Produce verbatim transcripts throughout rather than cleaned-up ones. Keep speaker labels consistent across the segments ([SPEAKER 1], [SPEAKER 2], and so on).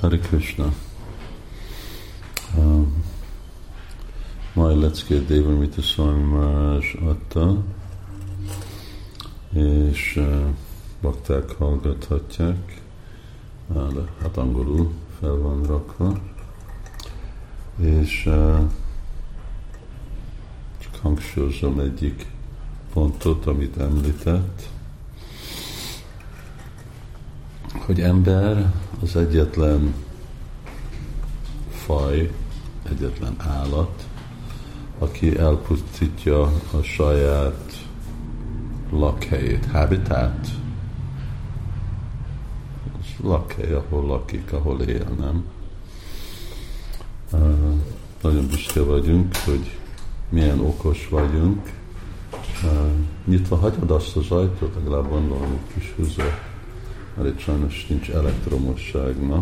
[SPEAKER 1] Hare Krishna. Uh, mai leckét Devamrita Swami Maharaj adta, és uh, bakták hallgathatják, uh, de hát angolul fel van rakva, és uh, csak hangsúlyozom egyik pontot, amit említett, hogy ember az egyetlen faj, egyetlen állat, aki elpusztítja a saját lakhelyét, habitat, lakhely, ahol lakik, ahol él, nem? Uh, nagyon büszke vagyunk, hogy milyen okos vagyunk. Uh, nyitva hagyod azt az ajtót, legalább van valami kis húzó, mert itt sajnos nincs elektromosság, na.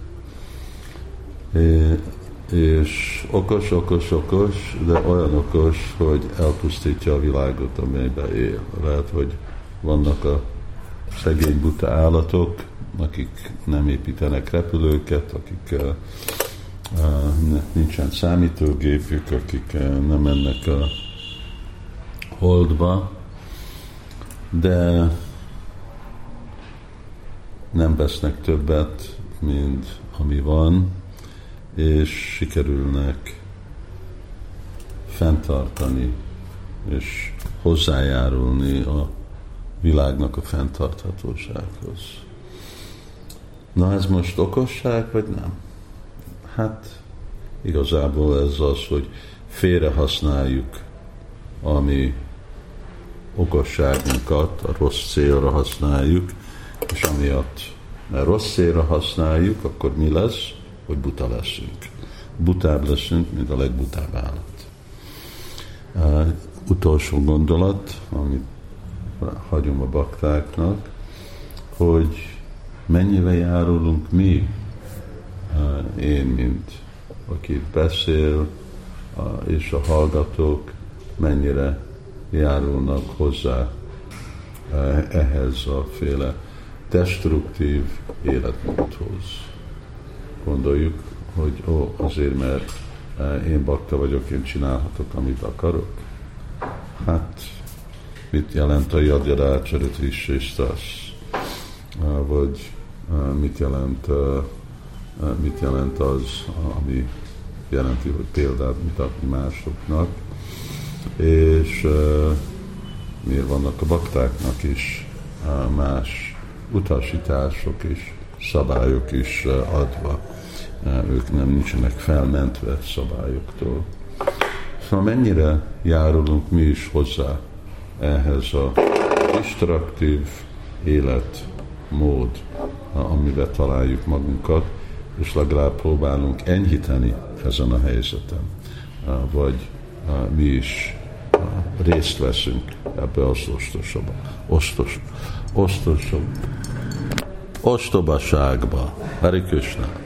[SPEAKER 1] É, és okos, okos, okos, de olyan okos, hogy elpusztítja a világot, amelyben él. Lehet, hogy vannak a szegény buta állatok, akik nem építenek repülőket, akik uh, uh, nincsen számítógépük, akik uh, nem mennek a holdba, de nem vesznek többet, mint ami van, és sikerülnek fenntartani és hozzájárulni a világnak a fenntarthatósághoz. Na ez most okosság, vagy nem? Hát igazából ez az, hogy félre használjuk a mi okosságunkat, a rossz célra használjuk, és amiatt, mert rossz célra használjuk, akkor mi lesz? Hogy buta leszünk. Butább leszünk, mint a legbutább állat. Uh, utolsó gondolat, amit hagyom a baktáknak, hogy mennyivel járulunk mi, uh, én, mint aki beszél, uh, és a hallgatók mennyire járulnak hozzá uh, ehhez a féle destruktív életmódhoz. Gondoljuk, hogy ó, azért, mert én bakta vagyok, én csinálhatok, amit akarok. Hát, mit jelent a Yadyadácsarit is, és tas? Vagy mit jelent, mit jelent az, ami jelenti, hogy példát mutatni másoknak, és miért vannak a baktáknak is más utasítások és szabályok is adva. Ők nem nincsenek felmentve szabályoktól. Szóval mennyire járulunk mi is hozzá ehhez a destruktív életmód, amiben találjuk magunkat, és legalább próbálunk enyhíteni ezen a helyzeten, vagy mi is részt veszünk ebbe az ostosabb, ostos, ostosabb, ostobaságba. Hare Krishna.